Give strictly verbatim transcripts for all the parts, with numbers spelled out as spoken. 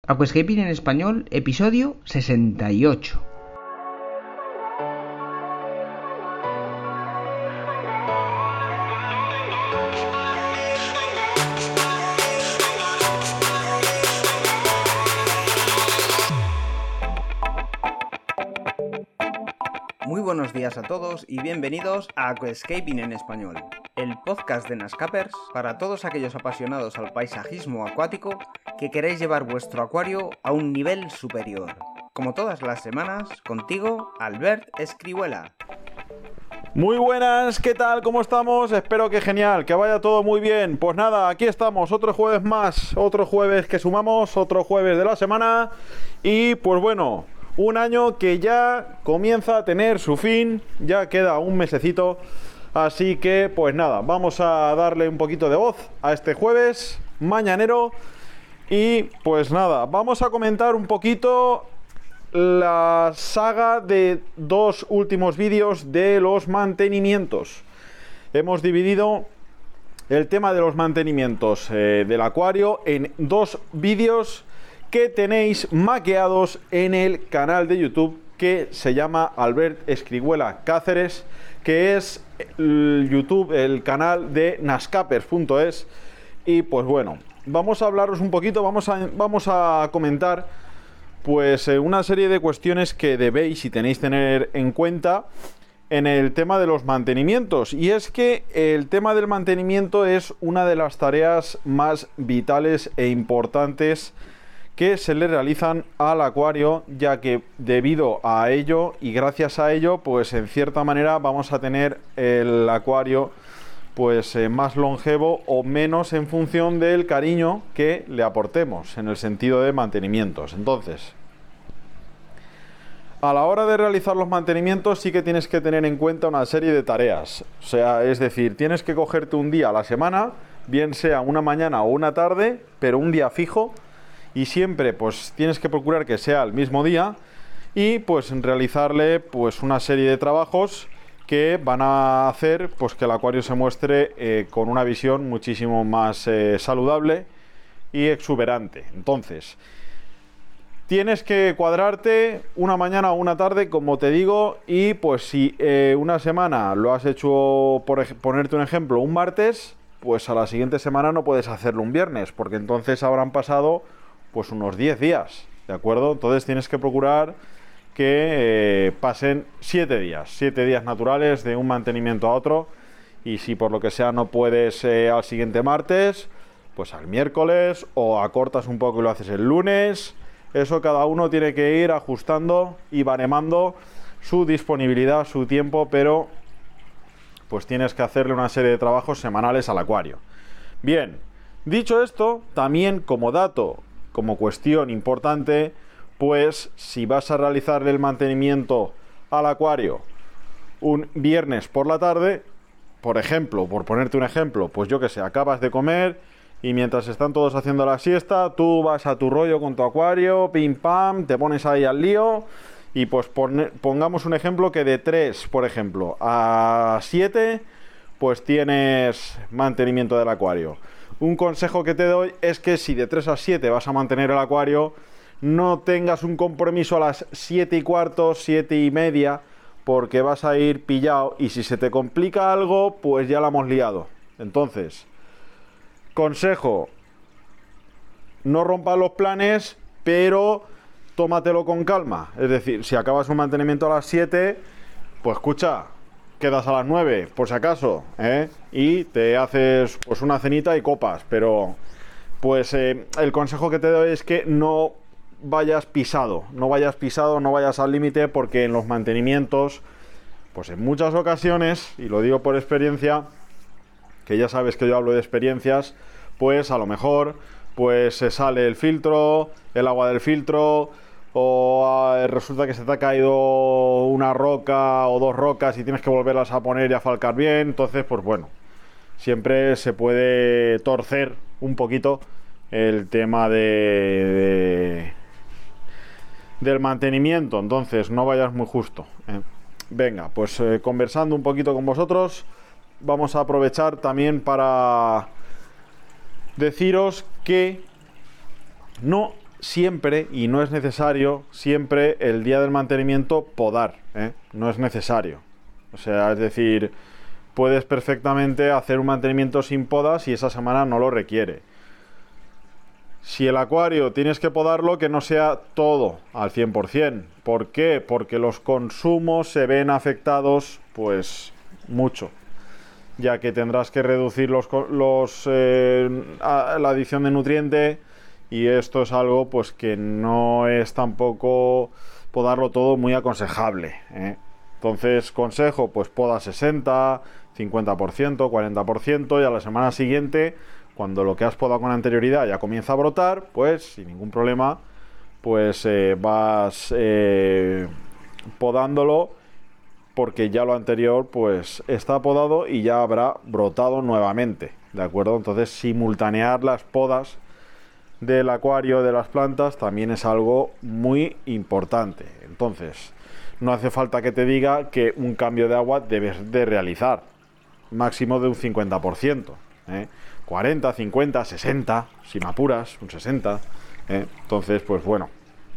Aquascaping en español, episodio sesenta y ocho. Muy buenos días a todos y bienvenidos a Aquascaping en español, el podcast de Nascapers para todos aquellos apasionados al paisajismo acuático que queréis llevar vuestro acuario a un nivel superior. Como todas las semanas, contigo, Albert Escrihuela. Muy buenas, ¿qué tal? ¿Cómo estamos? Espero que genial, que vaya todo muy bien. Pues nada, aquí estamos, otro jueves más, otro jueves que sumamos, otro jueves de la semana. Y pues bueno, un año que ya comienza a tener su fin, ya queda un mesecito. Así que pues nada, vamos a darle un poquito de voz a este jueves mañanero. Y pues nada, vamos a comentar un poquito la saga de dos últimos vídeos de los mantenimientos. Hemos dividido el tema de los mantenimientos eh, del acuario en dos vídeos que tenéis maqueados en el canal de YouTube que se llama Albert Escrihuela Cáceres, que es el YouTube, el canal de nascapers punto es. Y pues bueno, vamos a hablaros un poquito, vamos a, vamos a comentar pues eh, una serie de cuestiones que debéis y tenéis que tener en cuenta en el tema de los mantenimientos. Y es que el tema del mantenimiento es una de las tareas más vitales e importantes que se le realizan al acuario, ya que debido a ello y gracias a ello, pues en cierta manera vamos a tener el acuario pues eh, más longevo o menos en función del cariño que le aportemos en el sentido de mantenimientos. Entonces, a la hora de realizar los mantenimientos sí que tienes que tener en cuenta una serie de tareas. O sea, es decir, tienes que cogerte un día a la semana, bien sea una mañana o una tarde, pero un día fijo, y siempre pues tienes que procurar que sea el mismo día y pues realizarle pues una serie de trabajos que van a hacer pues que el acuario se muestre eh, con una visión muchísimo más eh, saludable y exuberante. Entonces, tienes que cuadrarte una mañana o una tarde, como te digo, y pues si eh, una semana lo has hecho, por ej- ponerte un ejemplo, un martes, pues a la siguiente semana no puedes hacerlo un viernes, porque entonces habrán pasado pues unos diez días, ¿de acuerdo? Entonces tienes que procurar que eh, pasen siete días, siete días naturales de un mantenimiento a otro, y si por lo que sea no puedes eh, al siguiente martes, pues al miércoles, o acortas un poco y lo haces el lunes. Eso cada uno tiene que ir ajustando y baremando su disponibilidad, su tiempo, pero pues tienes que hacerle una serie de trabajos semanales al acuario. Bien, dicho esto, también como dato, como cuestión importante, pues si vas a realizar el mantenimiento al acuario un viernes por la tarde, por ejemplo, por ponerte un ejemplo, pues yo que sé, acabas de comer y mientras están todos haciendo la siesta, tú vas a tu rollo con tu acuario, pim pam, te pones ahí al lío y pues pon, pongamos un ejemplo que de tres, por ejemplo, a siete, pues tienes mantenimiento del acuario. Un consejo que te doy es que si de tres a siete vas a mantener el acuario, no tengas un compromiso a las siete y cuarto, siete y media, porque vas a ir pillado y si se te complica algo, pues ya la hemos liado. Entonces, consejo, no rompas los planes, pero tómatelo con calma. Es decir, si acabas un mantenimiento a las siete, pues escucha, quedas a las nueve, por si acaso, ¿eh? Y te haces pues una cenita y copas, pero pues eh, el consejo que te doy es que no vayas pisado, no vayas pisado, no vayas al límite, porque en los mantenimientos, pues en muchas ocasiones, y lo digo por experiencia, que ya sabes que yo hablo de experiencias, pues a lo mejor pues se sale el filtro, el agua del filtro, o uh, resulta que se te ha caído una roca o dos rocas y tienes que volverlas a poner y a falcar bien. Entonces pues bueno, siempre se puede torcer un poquito el tema de, de del mantenimiento, entonces no vayas muy justo, ¿eh? Venga, pues eh, conversando un poquito con vosotros, vamos a aprovechar también para deciros que no siempre, y no es necesario, siempre el día del mantenimiento podar, ¿eh? No es necesario. O sea, es decir, puedes perfectamente hacer un mantenimiento sin podas si esa semana no lo requiere. Si el acuario tienes que podarlo, que no sea todo al cien por ciento. ¿Por qué? Porque los consumos se ven afectados, pues, mucho. Ya que tendrás que reducir los, los eh, la adición de nutriente, y esto es algo pues que no es tampoco podarlo todo muy aconsejable, ¿eh? Entonces, consejo, pues poda sesenta, cincuenta por ciento, cuarenta por ciento, y a la semana siguiente, cuando lo que has podado con anterioridad ya comienza a brotar, pues sin ningún problema, pues eh, vas eh, podándolo, porque ya lo anterior pues está podado y ya habrá brotado nuevamente, ¿de acuerdo? Entonces, simultanear las podas del acuario, de las plantas, también es algo muy importante. Entonces, no hace falta que te diga que un cambio de agua debes de realizar, máximo de un cincuenta por ciento, ¿eh? cuarenta, cincuenta, sesenta, si me apuras, un sesenta, ¿eh? Entonces, pues bueno,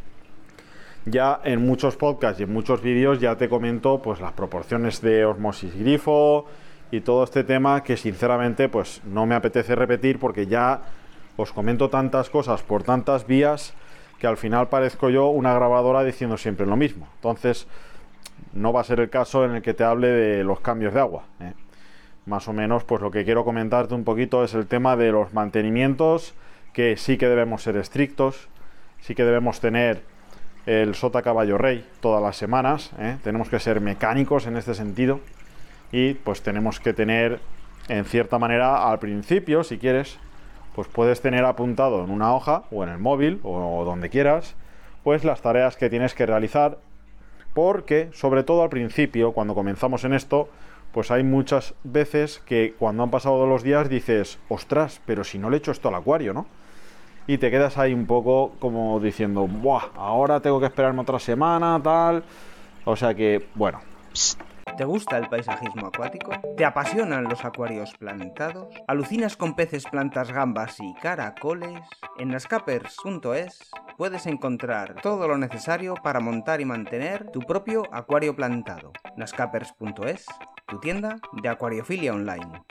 ya en muchos podcasts y en muchos vídeos ya te comento pues las proporciones de osmosis grifo y todo este tema que sinceramente pues no me apetece repetir, porque ya os comento tantas cosas por tantas vías que al final parezco yo una grabadora diciendo siempre lo mismo. Entonces, no va a ser el caso en el que te hable de los cambios de agua, ¿eh? Más o menos, pues lo que quiero comentarte un poquito es el tema de los mantenimientos, que sí que debemos ser estrictos, sí que debemos tener el sota caballo rey todas las semanas, ¿eh? Tenemos que ser mecánicos en este sentido, y pues tenemos que tener, en cierta manera, al principio, si quieres, pues puedes tener apuntado en una hoja o en el móvil o donde quieras, pues las tareas que tienes que realizar, porque sobre todo al principio, cuando comenzamos en esto, pues hay muchas veces que cuando han pasado los días dices, ostras, pero si no le echo esto al acuario, ¿no? Y te quedas ahí un poco como diciendo, buah, ahora tengo que esperarme otra semana, tal. O sea que, bueno. ¿Te gusta el paisajismo acuático? ¿Te apasionan los acuarios plantados? ¿Alucinas con peces, plantas, gambas y caracoles? En nascapers punto es puedes encontrar todo lo necesario para montar y mantener tu propio acuario plantado. nascapers punto es, tu tienda de acuariofilia online.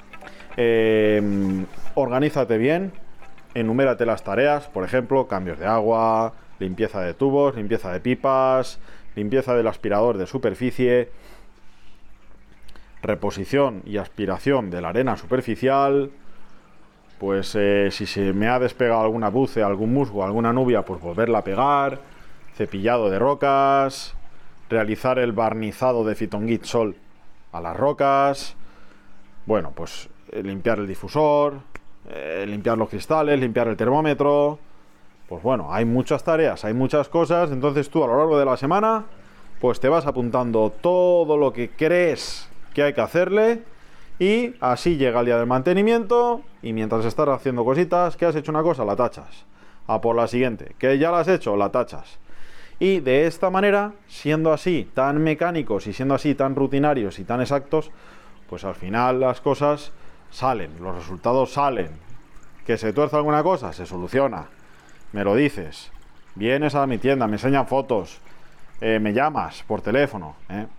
Eh, organízate bien, enumérate las tareas, por ejemplo, cambios de agua, limpieza de tubos, limpieza de pipas, limpieza del aspirador de superficie, reposición y aspiración de la arena superficial, pues eh, si se me ha despegado alguna buce, algún musgo, alguna nubia, pues volverla a pegar, cepillado de rocas, realizar el barnizado de Fitonguit Sol a las rocas, bueno, pues eh, limpiar el difusor, eh, limpiar los cristales, limpiar el termómetro. Pues bueno, hay muchas tareas, hay muchas cosas. Entonces tú a lo largo de la semana pues te vas apuntando todo lo que crees que hay que hacerle, y así llega el día del mantenimiento, y mientras estás haciendo cositas, que has hecho una cosa, la tachas, a por la siguiente, que ya la has hecho, la tachas. Y de esta manera, siendo así tan mecánicos y siendo así tan rutinarios y tan exactos, pues al final las cosas salen, los resultados salen. Que se tuerza alguna cosa, se soluciona, me lo dices, vienes a mi tienda, me enseñan fotos, eh, me llamas por teléfono, ¿eh?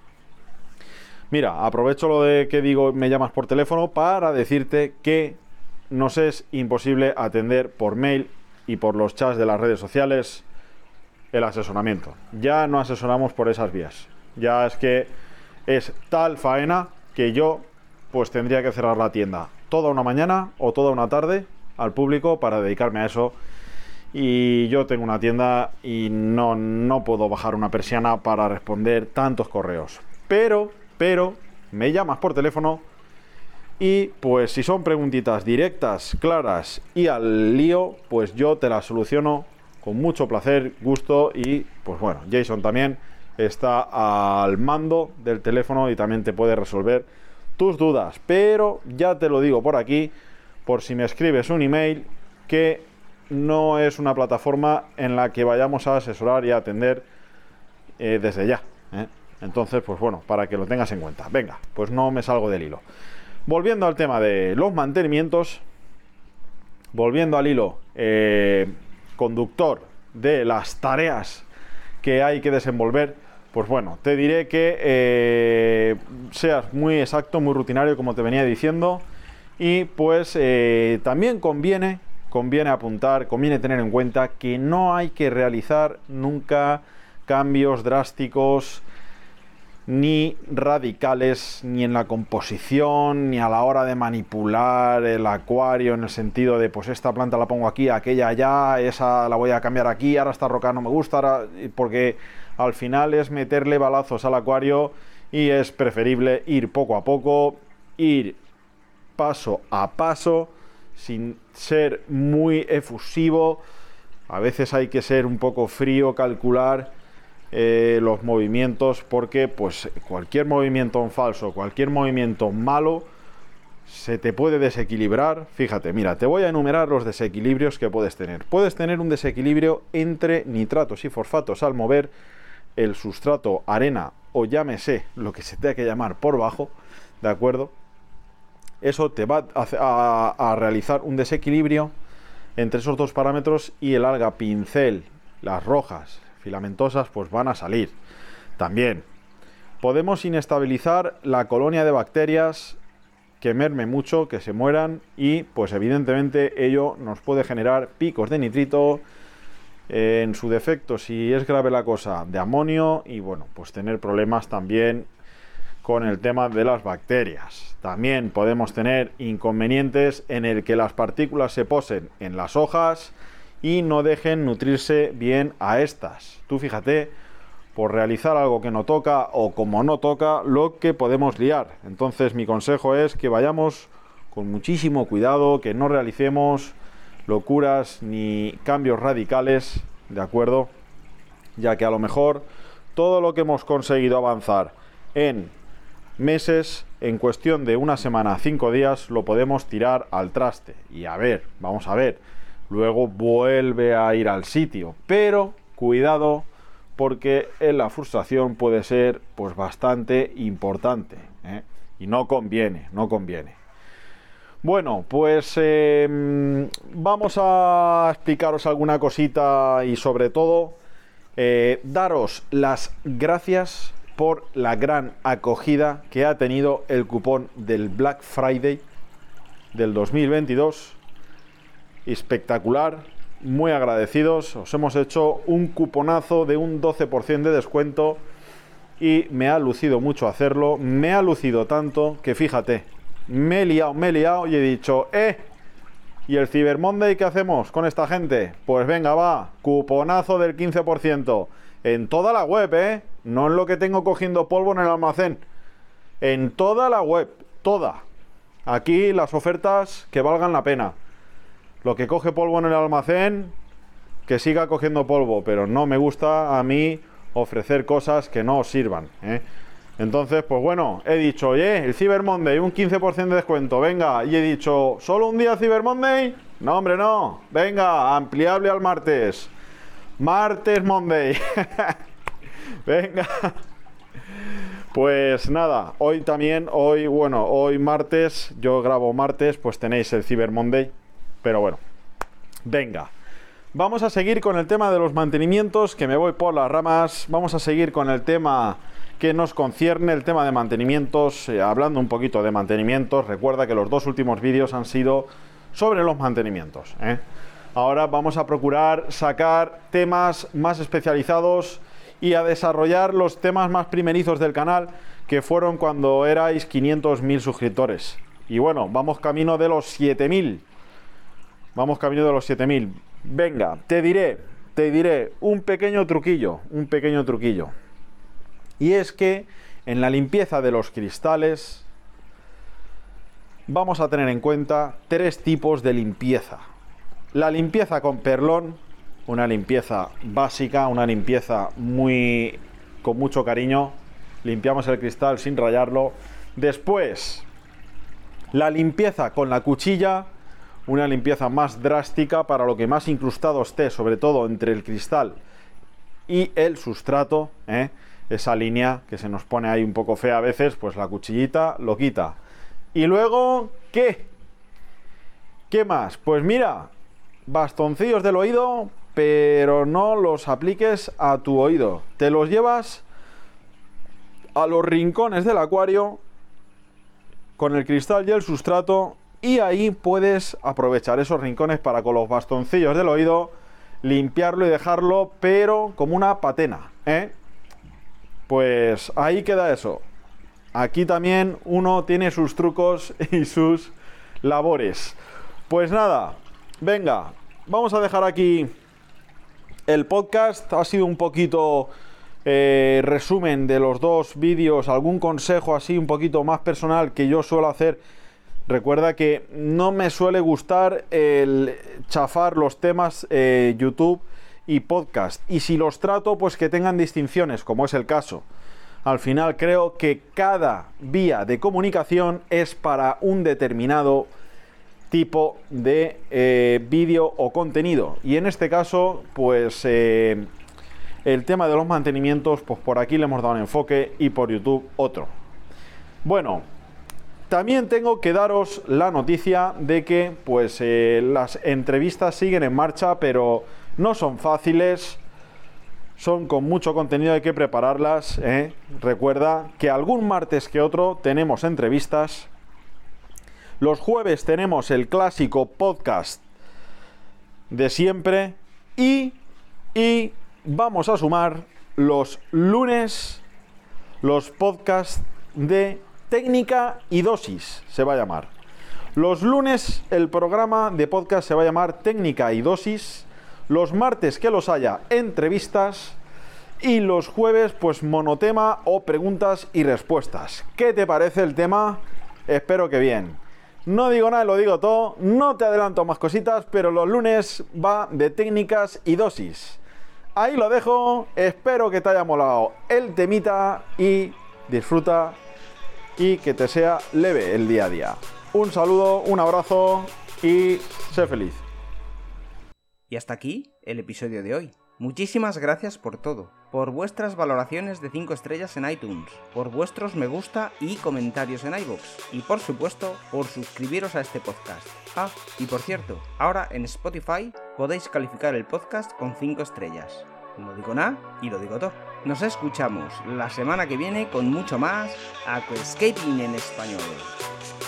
Mira, aprovecho lo de que digo me llamas por teléfono para decirte que nos es imposible atender por mail y por los chats de las redes sociales el asesoramiento. Ya no asesoramos por esas vías. Ya es que es tal faena que yo pues tendría que cerrar la tienda toda una mañana o toda una tarde al público para dedicarme a eso. Y yo tengo una tienda y no, no puedo bajar una persiana para responder tantos correos. Pero... pero me llamas por teléfono y pues si son preguntitas directas, claras y al lío, pues yo te las soluciono con mucho placer, gusto, y pues bueno, Jason también está al mando del teléfono y también te puede resolver tus dudas. Pero ya te lo digo por aquí, por si me escribes un email, que no es una plataforma en la que vayamos a asesorar y a atender eh, desde ya, ¿eh? Entonces, pues bueno, para que lo tengas en cuenta. Venga, pues no me salgo del hilo. Volviendo al tema de los mantenimientos, volviendo al hilo, eh, conductor de las tareas que hay que desenvolver, pues bueno, te diré que eh, seas muy exacto, muy rutinario, como te venía diciendo, y pues eh, también conviene, conviene apuntar, conviene tener en cuenta que no hay que realizar nunca cambios drásticos ni radicales, ni en la composición, ni a la hora de manipular el acuario, en el sentido de, pues esta planta la pongo aquí, aquella allá, esa la voy a cambiar aquí, ahora esta roca no me gusta, ahora... porque al final es meterle balazos al acuario y es preferible ir poco a poco, ir paso a paso, sin ser muy efusivo. A veces hay que ser un poco frío, calcular eh, los movimientos, porque pues cualquier movimiento en falso, cualquier movimiento malo se te puede desequilibrar. Fíjate, mira, te voy a enumerar los desequilibrios que puedes tener. Puedes tener un desequilibrio entre nitratos y fosfatos al mover el sustrato, arena o llámese lo que se tenga que llamar por bajo, ¿de acuerdo? Eso te va a, a, a realizar un desequilibrio entre esos dos parámetros, y el alga pincel, las rojas filamentosas, pues van a salir. También podemos inestabilizar la colonia de bacterias, que merme mucho, que se mueran, y pues evidentemente ello nos puede generar picos de nitrito, eh, en su defecto, si es grave la cosa, de amonio, y bueno, pues tener problemas también con el tema de las bacterias. También podemos tener inconvenientes en el que las partículas se posen en las hojas y no dejen nutrirse bien a estas. Tú fíjate, por realizar algo que no toca, o como no toca, lo que podemos liar. Entonces mi consejo es que vayamos con muchísimo cuidado, que no realicemos locuras ni cambios radicales, ¿de acuerdo? Ya que a lo mejor todo lo que hemos conseguido avanzar en meses, en cuestión de una semana, cinco días, lo podemos tirar al traste. Y a ver, vamos a ver, luego vuelve a ir al sitio. Pero cuidado, porque en la frustración puede ser pues bastante importante, ¿eh? Y no conviene, no conviene. Bueno, pues eh, vamos a explicaros alguna cosita, y sobre todo eh, daros las gracias por la gran acogida que ha tenido el cupón del Black Friday del dos mil veintidós. Espectacular, muy agradecidos. Os hemos hecho un cuponazo de un doce por ciento de descuento y me ha lucido mucho hacerlo. Me ha lucido tanto que fíjate, me he liado, me he liado y he dicho, eh, ¿y el Cyber Monday qué hacemos con esta gente? Pues venga, va, cuponazo del quince por ciento en toda la web, eh, no en lo que tengo cogiendo polvo en el almacén, en toda la web, toda. Aquí las ofertas que valgan la pena. Lo que coge polvo en el almacén, que siga cogiendo polvo, pero no me gusta a mí ofrecer cosas que no os sirvan, ¿eh? Entonces, pues bueno, he dicho, oye, el Cyber Monday, un quince por ciento de descuento, venga, y he dicho, ¿solo un día Cyber Monday? No, hombre, no, venga, ampliable al martes, martes Monday, venga. Pues nada, hoy también, hoy, bueno, hoy martes, yo grabo martes, pues tenéis el Cyber Monday, pero bueno, venga. Vamos a seguir con el tema de los mantenimientos, que me voy por las ramas. Vamos a seguir con el tema que nos concierne, el tema de mantenimientos, eh, hablando un poquito de mantenimientos. Recuerda que los dos últimos vídeos han sido sobre los mantenimientos, ¿eh? Ahora vamos a procurar sacar temas más especializados y a desarrollar los temas más primerizos del canal, que fueron cuando erais quinientos mil suscriptores. Y bueno, vamos camino de los siete mil. Vamos camino de los siete mil. Venga, te diré, te diré un pequeño truquillo, un pequeño truquillo. Y es que en la limpieza de los cristales vamos a tener en cuenta tres tipos de limpieza. La limpieza con perlón, una limpieza básica, una limpieza muy con mucho cariño. Limpiamos el cristal sin rayarlo. Después, la limpieza con la cuchilla, una limpieza más drástica para lo que más incrustado esté, sobre todo entre el cristal y el sustrato, ¿eh? Esa línea que se nos pone ahí un poco fea a veces, pues la cuchillita lo quita. Y luego, ¿qué? ¿Qué más? Pues mira, bastoncillos del oído pero no los apliques a tu oído. Te los llevas a los rincones del acuario con el cristal y el sustrato, y ahí puedes aprovechar esos rincones para con los bastoncillos del oído limpiarlo y dejarlo, pero como una patena, ¿eh? Pues ahí queda eso. Aquí también uno tiene sus trucos y sus labores. Pues nada, venga, vamos a dejar aquí el podcast. Ha sido un poquito eh, resumen de los dos vídeos, algún consejo así un poquito más personal que yo suelo hacer. Recuerda que no me suele gustar el chafar los temas eh, YouTube y podcast, y si los trato, pues que tengan distinciones, como es el caso. Al final creo que cada vía de comunicación es para un determinado tipo de eh, vídeo o contenido, y en este caso pues eh, el tema de los mantenimientos, pues por aquí le hemos dado un enfoque y por YouTube otro. Bueno, también tengo que daros la noticia de que pues eh, las entrevistas siguen en marcha, pero no son fáciles, son con mucho contenido, hay que prepararlas, ¿eh? Recuerda que algún martes que otro tenemos entrevistas. Los jueves tenemos el clásico podcast de siempre y, y vamos a sumar los lunes los podcasts de técnica y dosis, se va a llamar. Los lunes el programa de podcast se va a llamar técnica y dosis. Los martes, que los haya, entrevistas. Y los jueves, pues monotema o preguntas y respuestas. ¿Qué te parece el tema? Espero que bien. No digo nada, lo digo todo. No te adelanto más cositas, pero los lunes va de técnicas y dosis. Ahí lo dejo. Espero que te haya molado el temita y disfruta y que te sea leve el día a día. Un saludo, un abrazo y sé feliz. Y hasta aquí el episodio de hoy. Muchísimas gracias por todo, por vuestras valoraciones de cinco estrellas en iTunes, por vuestros me gusta y comentarios en iVoox, y por supuesto, por suscribiros a este podcast. Ah, y por cierto, ahora en Spotify podéis calificar el podcast con cinco estrellas. No digo nada y lo digo todo. Nos escuchamos la semana que viene con mucho más Aquascaping en español.